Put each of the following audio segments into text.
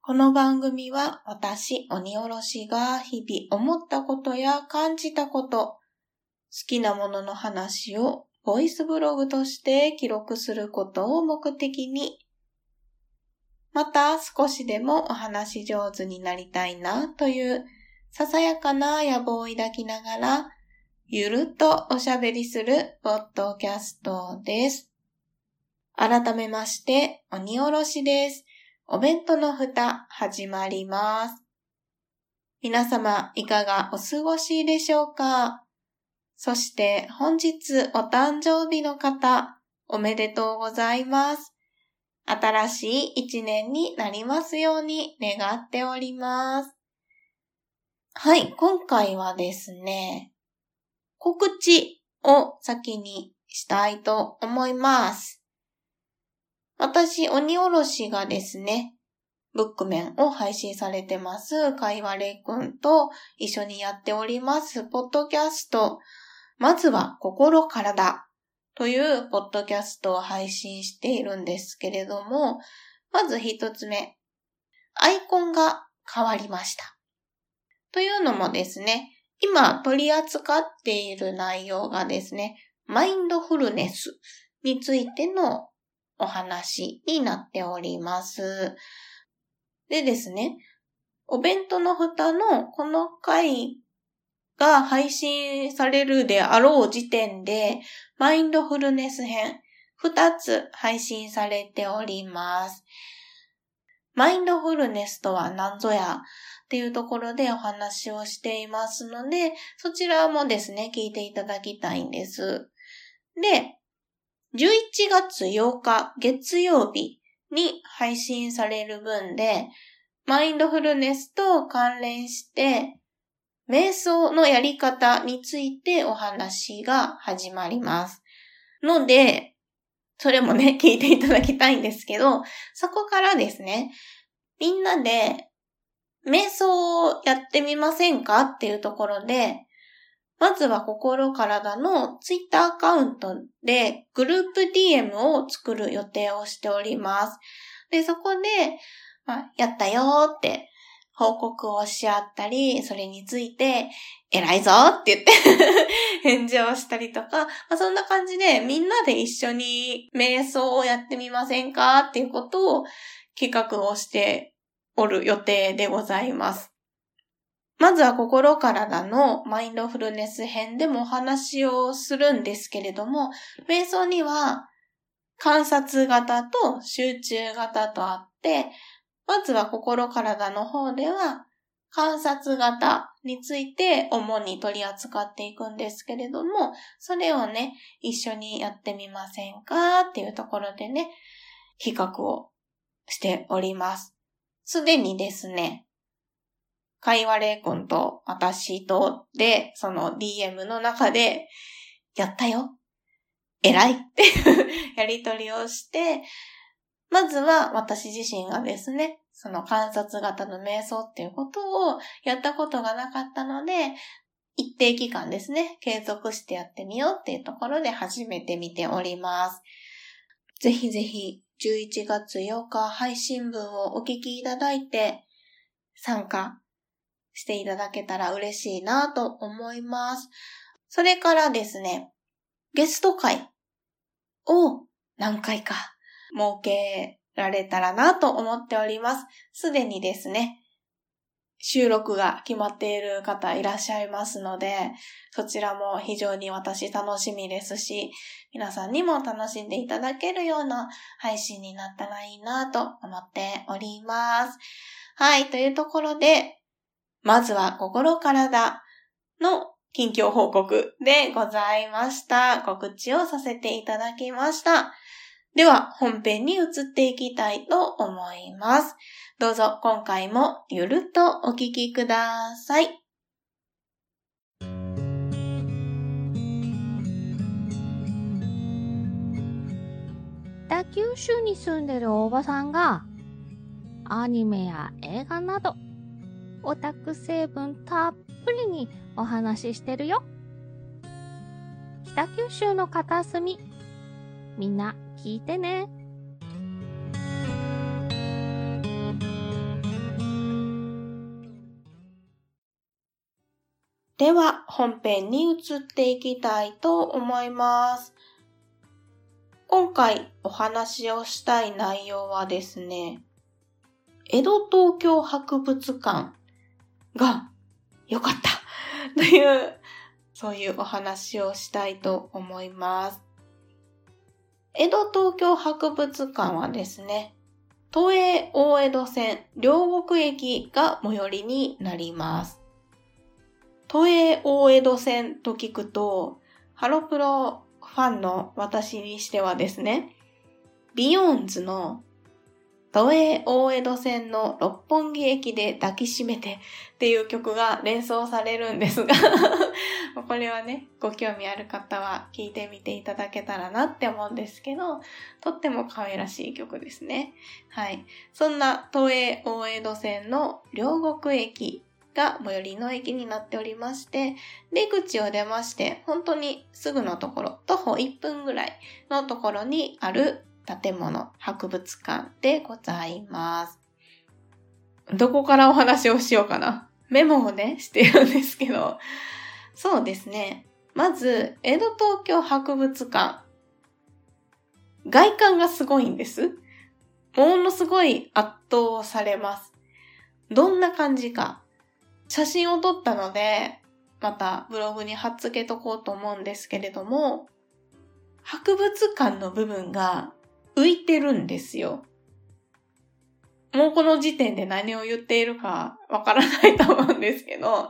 この番組は私、鬼おろしが日々思ったことや感じたこと、好きなものの話をボイスブログとして記録することを目的に、また少しでもお話上手になりたいなというささやかな野望を抱きながら、ゆるっとおしゃべりするポッドキャストです。改めまして、鬼おろしです。お弁当の蓋始まります。皆様いかがお過ごしでしょうか？そして本日お誕生日の方、おめでとうございます。新しい一年になりますように願っております。はい、今回はですね、告知を先にしたいと思います。私、鬼おろしがですね、ブックメンを配信されてます、かいわれくんと一緒にやっております、ポッドキャスト、まずは心体というポッドキャストを配信しているんですけれども、まず一つ目、アイコンが変わりました。というのもですね、今取り扱っている内容がですね、マインドフルネスについてのお話になっております。でですね、お弁当の蓋のこの回が配信されるであろう時点で、マインドフルネス編2つ配信されております。マインドフルネスとは何ぞやっていうところでお話をしていますので、そちらもですね、聞いていただきたいんです。で、11月8日月曜日に配信される分で、マインドフルネスと関連して、瞑想のやり方についてお話が始まります。ので、それもね、聞いていただきたいんですけど、そこからですね、みんなで瞑想をやってみませんかっていうところで、まずは心体のツイッターアカウントでグループ DM を作る予定をしております。で、そこで、やったよーって報告をし合ったり、それについて偉いぞーって言って返事をしたりとか、そんな感じでみんなで一緒に瞑想をやってみませんかっていうことを企画をしておる予定でございます。まずは心体のマインドフルネス編でもお話をするんですけれども、瞑想には観察型と集中型とあって、まずは心体の方では観察型について主に取り扱っていくんですけれども、それをね、一緒にやってみませんかっていうところでね、企画をしております。すでにですね、かいわれくんと私とで、その DM の中で、やったよ、偉いっていうやりとりをして、まずは私自身がですね、その観察型の瞑想っていうことをやったことがなかったので、一定期間ですね、継続してやってみようっていうところで始めてみております。ぜひぜひ11月8日配信分をお聞きいただいて、参加していただけたら嬉しいなと思います。それからですね、ゲスト会を何回か設けられたらなと思っております。すでにですね、収録が決まっている方いらっしゃいますので、そちらも非常に私楽しみですし、皆さんにも楽しんでいただけるような配信になったらいいなと思っております。はい、というところで、まずは心体の近況報告でございました。告知をさせていただきました。では本編に移っていきたいと思います。どうぞ今回もゆるっとお聞きください。 北九州に住んでるおばさんがアニメや映画などオタク成分たっぷりにお話ししてるよ。北九州の片隅、みんな聞いてね。 では本編に移っていきたいと思います。今回お話をしたい内容はですね、江戸東京博物館が良かったという、そういうお話をしたいと思います。江戸東京博物館はですね、都営大江戸線両国駅が最寄りになります。都営大江戸線と聞くと、ハロプロファンの私にしてはですね、ビヨーンズの都営大江戸線の六本木駅で抱きしめてっていう曲が連想されるんですがこれはね、ご興味ある方は聴いてみていただけたらなって思うんですけど、とっても可愛らしい曲ですね。はい。そんな都営大江戸線の両国駅が最寄りの駅になっておりまして、出口を出まして、本当にすぐのところ、徒歩1分ぐらいのところにある建物、博物館でございます。どこからお話をしようかな。メモをね、しているんですけど。そうですね。まず、江戸東京博物館。外観がすごいんです。ものすごい圧倒されます。どんな感じか。写真を撮ったので、またブログに貼っつけとこうと思うんですけれども、博物館の部分が浮いてるんですよ。もうこの時点で何を言っているかわからないと思うんですけど、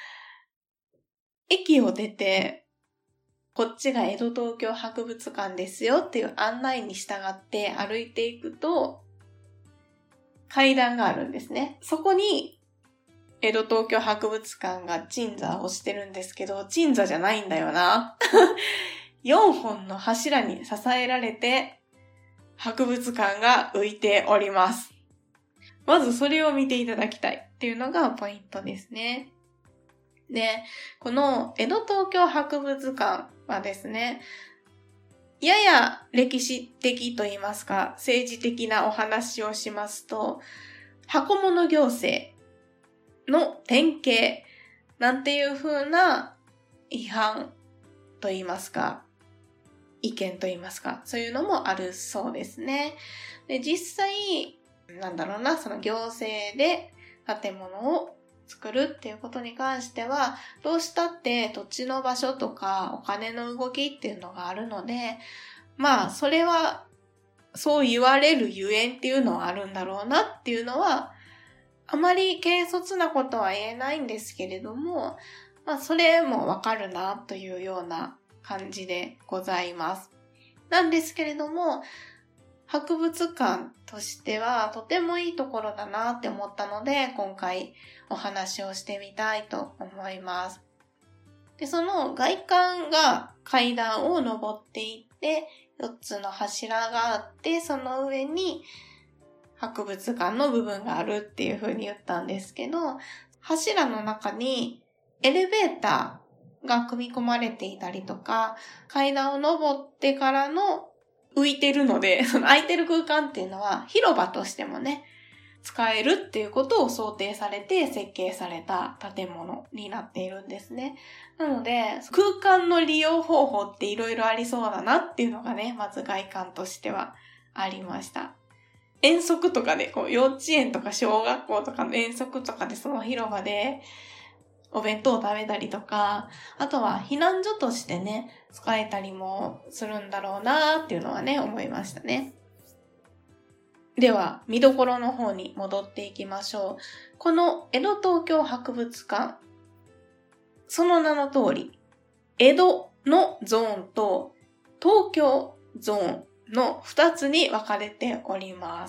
駅を出て、こっちが江戸東京博物館ですよっていう案内に従って歩いていくと、階段があるんですね。そこに江戸東京博物館が鎮座をしてるんですけど、鎮座じゃないんだよな。4本の柱に支えられて、博物館が浮いております。まずそれを見ていただきたいっていうのがポイントですね。で、この江戸東京博物館はですね、やや歴史的といいますか、政治的なお話をしますと、箱物行政の典型なんていう風な違反といいますか、意見といいますか、そういうのもあるそうですね。で、実際、その行政で建物を作るっていうことに関しては、どうしたって土地の場所とかお金の動きっていうのがあるので、それはそう言われるゆえんっていうのはあるんだろうなっていうのは、あまり軽率なことは言えないんですけれども、それもわかるなというような感じでございます。なんですけれども、博物館としてはとてもいいところだなって思ったので、今回お話をしてみたいと思います。で、その外観が階段を登っていって、4つの柱があって、その上に博物館の部分があるっていう風に言ったんですけど、柱の中にエレベーターが組み込まれていたりとか、階段を登ってからの浮いてるので、その空いてる空間っていうのは広場としてもね、使えるっていうことを想定されて設計された建物になっているんですね。なので、空間の利用方法っていろいろありそうだなっていうのがね、まず外観としてはありました。遠足とかで、幼稚園とか小学校とかの遠足とかでその広場でお弁当を食べたりとか、あとは避難所としてね、使えたりもするんだろうなっていうのはね、思いましたね。では、見どころの方に戻っていきましょう。この江戸東京博物館、その名の通り、江戸のゾーンと東京ゾーンの2つに分かれております。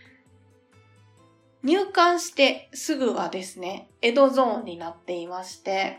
入館してすぐはですね、江戸ゾーンになっていまして、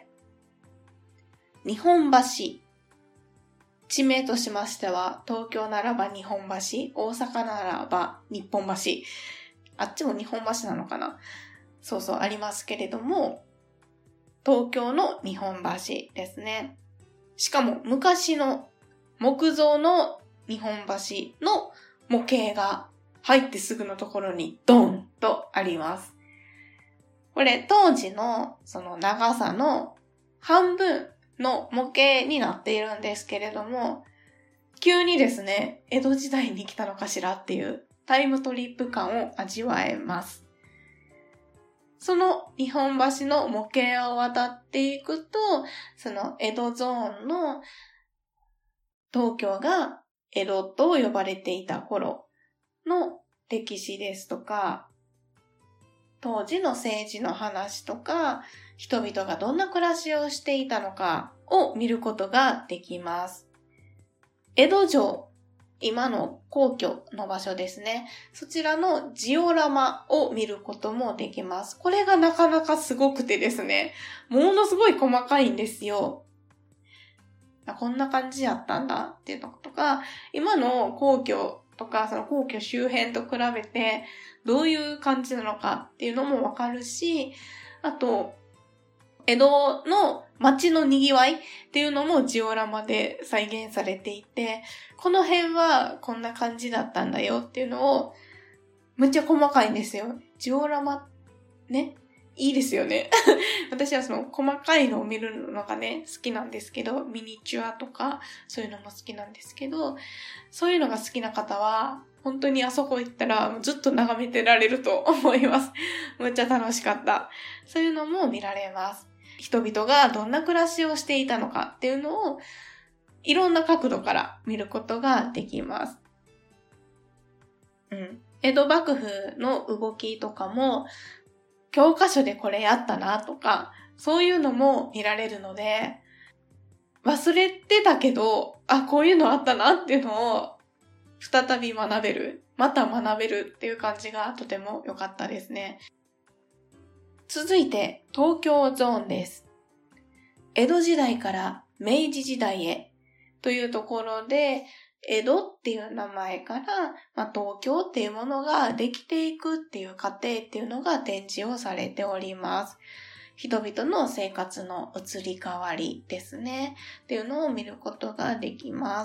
日本橋、地名としましては、東京ならば日本橋、大阪ならば日本橋、あっちも日本橋なのかな？そうそうありますけれども、東京の日本橋ですね。しかも昔の木造の日本橋の模型が入ってすぐのところにドンとあります。これ当時のその長さの半分の模型になっているんですけれども、急にですね、江戸時代に来たのかしらっていうタイムトリップ感を味わえます。その日本橋の模型を渡っていくと、その江戸ゾーンの東京が江戸と呼ばれていた頃の歴史ですとか、当時の政治の話とか、人々がどんな暮らしをしていたのかを見ることができます。江戸城、今の皇居の場所ですね。そちらのジオラマを見ることもできます。これがなかなかすごくてですね、ものすごい細かいんですよ。こんな感じやったんだっていうのとか、今の皇居とか、その皇居周辺と比べてどういう感じなのかっていうのもわかるし、あと、江戸の街の賑わいっていうのもジオラマで再現されていて、この辺はこんな感じだったんだよっていうのを、むっちゃ細かいんですよ。ジオラマね、いいですよね。私はその細かいのを見るのがね、好きなんですけど、ミニチュアとかそういうのも好きなんですけど、そういうのが好きな方は、本当にあそこ行ったらずっと眺めてられると思います。むっちゃ楽しかった。そういうのも見られます。人々がどんな暮らしをしていたのかっていうのをいろんな角度から見ることができます。江戸幕府の動きとかも教科書でこれやったなとかそういうのも見られるので、忘れてたけどこういうのあったなっていうのを再び学べる、また学べるっていう感じがとても良かったですね。続いて東京ゾーンです。江戸時代から明治時代へというところで、江戸っていう名前から、東京っていうものができていくっていう過程っていうのが展示をされております。人々の生活の移り変わりですねっていうのを見ることができます。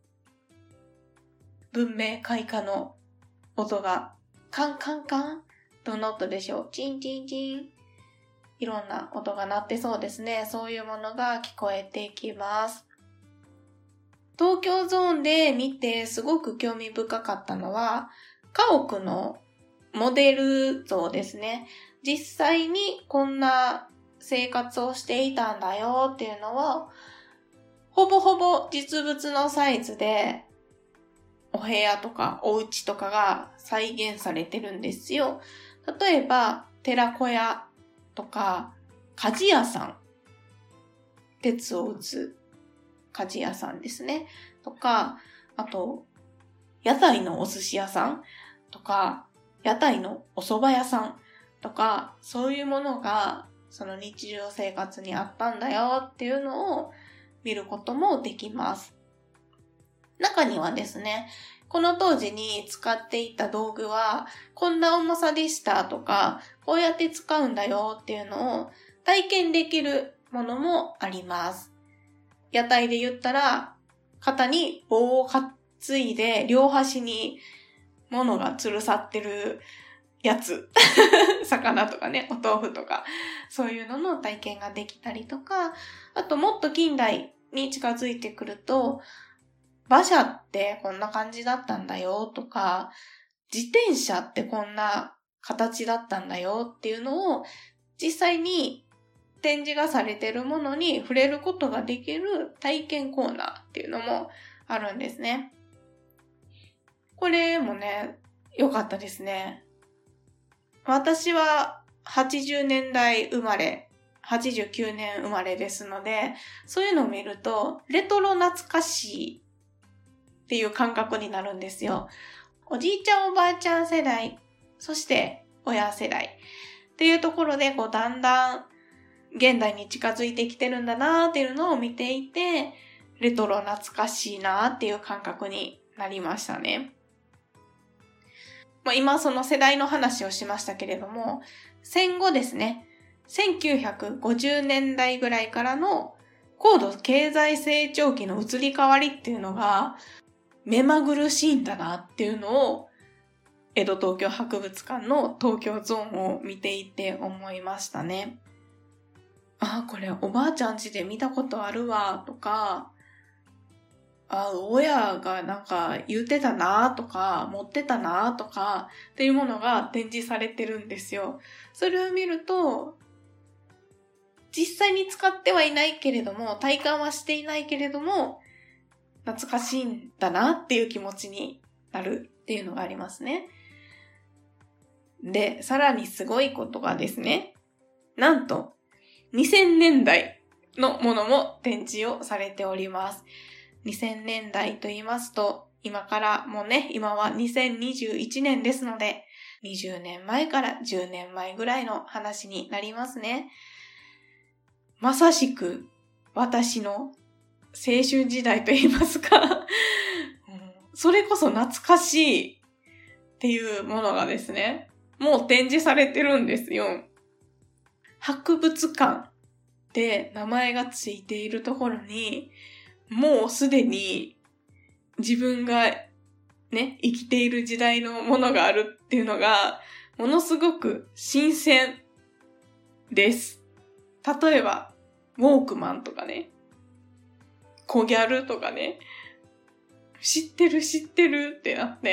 文明開化の音がカンカンカン、どんな音でしょう？チンチンチン。いろんな音が鳴ってそうですね。そういうものが聞こえてきます。東京ゾーンで見てすごく興味深かったのは、家屋のモデル像ですね。実際にこんな生活をしていたんだよっていうのは、ほぼほぼ実物のサイズで、お部屋とかお家とかが再現されてるんですよ。例えば、寺子屋とか、鍛冶屋さん。鉄を打つ鍛冶屋さんですね。とか、あと、屋台のお寿司屋さんとか、屋台のお蕎麦屋さんとか、そういうものが、その日常生活にあったんだよっていうのを見ることもできます。中にはですね、この当時に使っていた道具はこんな重さでしたとか、こうやって使うんだよっていうのを体験できるものもあります。屋台で言ったら、肩に棒を担いで両端に物が吊るさってるやつ。魚とかね、お豆腐とか、そういうのの体験ができたりとか、あともっと近代に近づいてくると、馬車ってこんな感じだったんだよとか、自転車ってこんな形だったんだよっていうのを実際に展示がされているものに触れることができる体験コーナーっていうのもあるんですね。これもね、良かったですね。私は80年代生まれ、89年生まれですので、そういうのを見るとレトロ懐かしいっていう感覚になるんですよ。おじいちゃんおばあちゃん世代、そして親世代っていうところでだんだん現代に近づいてきてるんだなーっていうのを見ていて、レトロ懐かしいなーっていう感覚になりましたね。今その世代の話をしましたけれども、戦後ですね、1950年代ぐらいからの高度経済成長期の移り変わりっていうのが目まぐるしいんだなっていうのを江戸東京博物館の東京ゾーンを見ていて思いましたね。 これおばあちゃん家で見たことあるわとか、親がなんか言ってたなとか、持ってたなとかっていうものが展示されてるんですよ。それを見ると、実際に使ってはいないけれども、体感はしていないけれども、懐かしいんだなっていう気持ちになるっていうのがありますね。で、さらにすごいことがですね、なんと2000年代のものも展示をされております。2000年代と言いますと、今からもうね、今は2021年ですので、20年前から10年前ぐらいの話になりますね。まさしく私の青春時代と言いますか、それこそ懐かしいっていうものがですね、もう展示されてるんですよ。博物館で名前がついているところに、もうすでに自分がね、生きている時代のものがあるっていうのが、ものすごく新鮮です。例えば、ウォークマンとかね、コギャルとかね、知ってるってなって、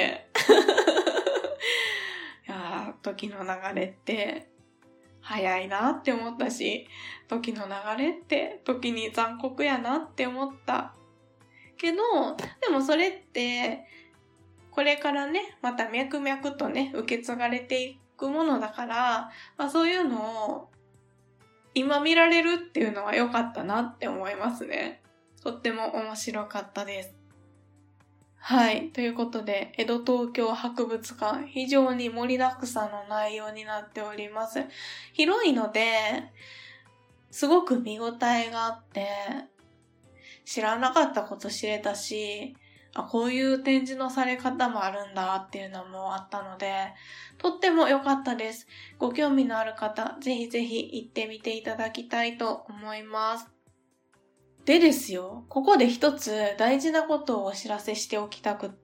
いやー、時の流れって早いなって思ったし、時の流れって時に残酷やなって思ったけど、でもそれってこれからね、また脈々とね、受け継がれていくものだから、そういうのを今見られるっていうのは良かったなって思いますね。とっても面白かったです。はい。ということで、江戸東京博物館、非常に盛りだくさんの内容になっております。広いので、すごく見応えがあって、知らなかったこと知れたし、こういう展示のされ方もあるんだっていうのもあったので、とっても良かったです。ご興味のある方、ぜひぜひ行ってみていただきたいと思います。でですよ、ここで一つ大事なことをお知らせしておきたくって、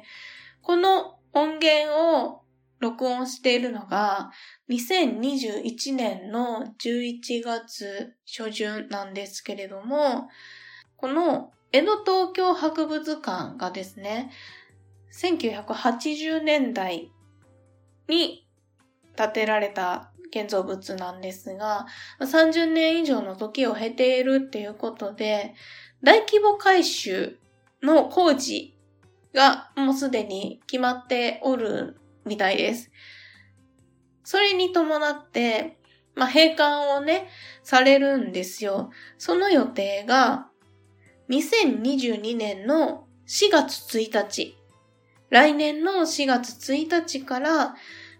この音源を録音しているのが2021年の11月初旬なんですけれども、この江戸東京博物館がですね、1980年代に建てられた建造物なんですが、30年以上の時を経ているっていうことで、大規模改修の工事がもうすでに決まっておるみたいです。それに伴って、閉館をね、されるんですよ。その予定が、2022年の4月1日、来年の4月1日から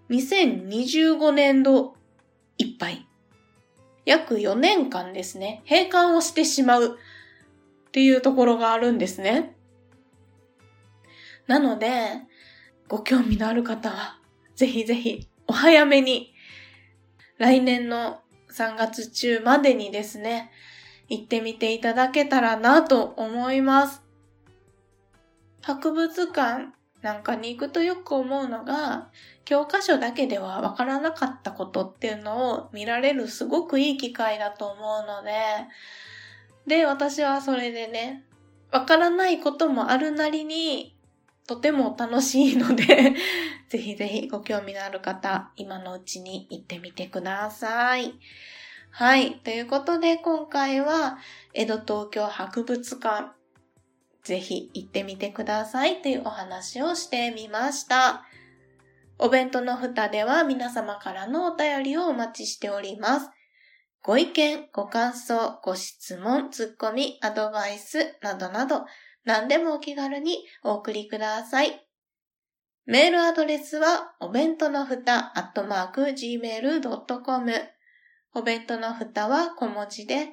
2025年度いっぱい、約4年間ですね、閉館をしてしまうっていうところがあるんですね。なので、ご興味のある方は、ぜひぜひお早めに、来年の3月中までにですね、行ってみていただけたらなと思います。博物館なんかに行くとよく思うのが、教科書だけではわからなかったことっていうのを見られるすごくいい機会だと思うので、私はそれでね、わからないこともあるなりにとても楽しいのでぜひぜひご興味のある方、今のうちに行ってみてください。はい。ということで今回は江戸東京博物館、ぜひ行ってみてくださいというお話をしてみました。お弁当の蓋では皆様からのお便りをお待ちしております。ご意見、ご感想、ご質問、ツッコミ、アドバイスなどなど何でもお気軽にお送りください。メールアドレスはお弁当のふた@gmail.com。お弁当のふたは小文字で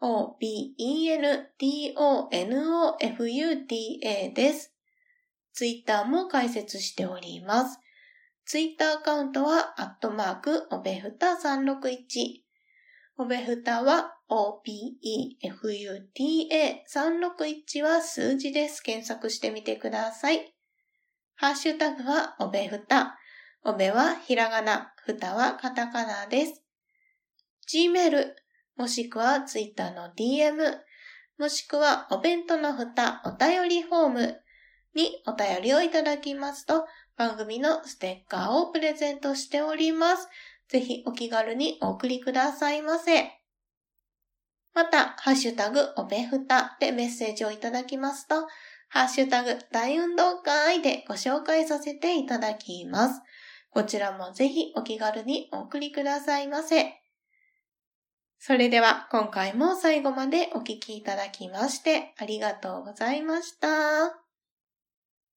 OBENTONOFUTA です。ツイッターも開設しております。ツイッターアカウントはおべふた361。おべふたは OBEFUTA361 は数字です。検索してみてください。ハッシュタグはおべふた。おべはひらがな、ふたはカタカナです。Gmail、 もしくは Twitter の DM、もしくはお弁当の蓋お便りフォームにお便りをいただきますと、番組のステッカーをプレゼントしております。ぜひお気軽にお送りくださいませ。また、ハッシュタグおべふたでメッセージをいただきますと、ハッシュタグ大運動会でご紹介させていただきます。こちらもぜひお気軽にお送りくださいませ。それでは今回も最後までお聞きいただきましてありがとうございました。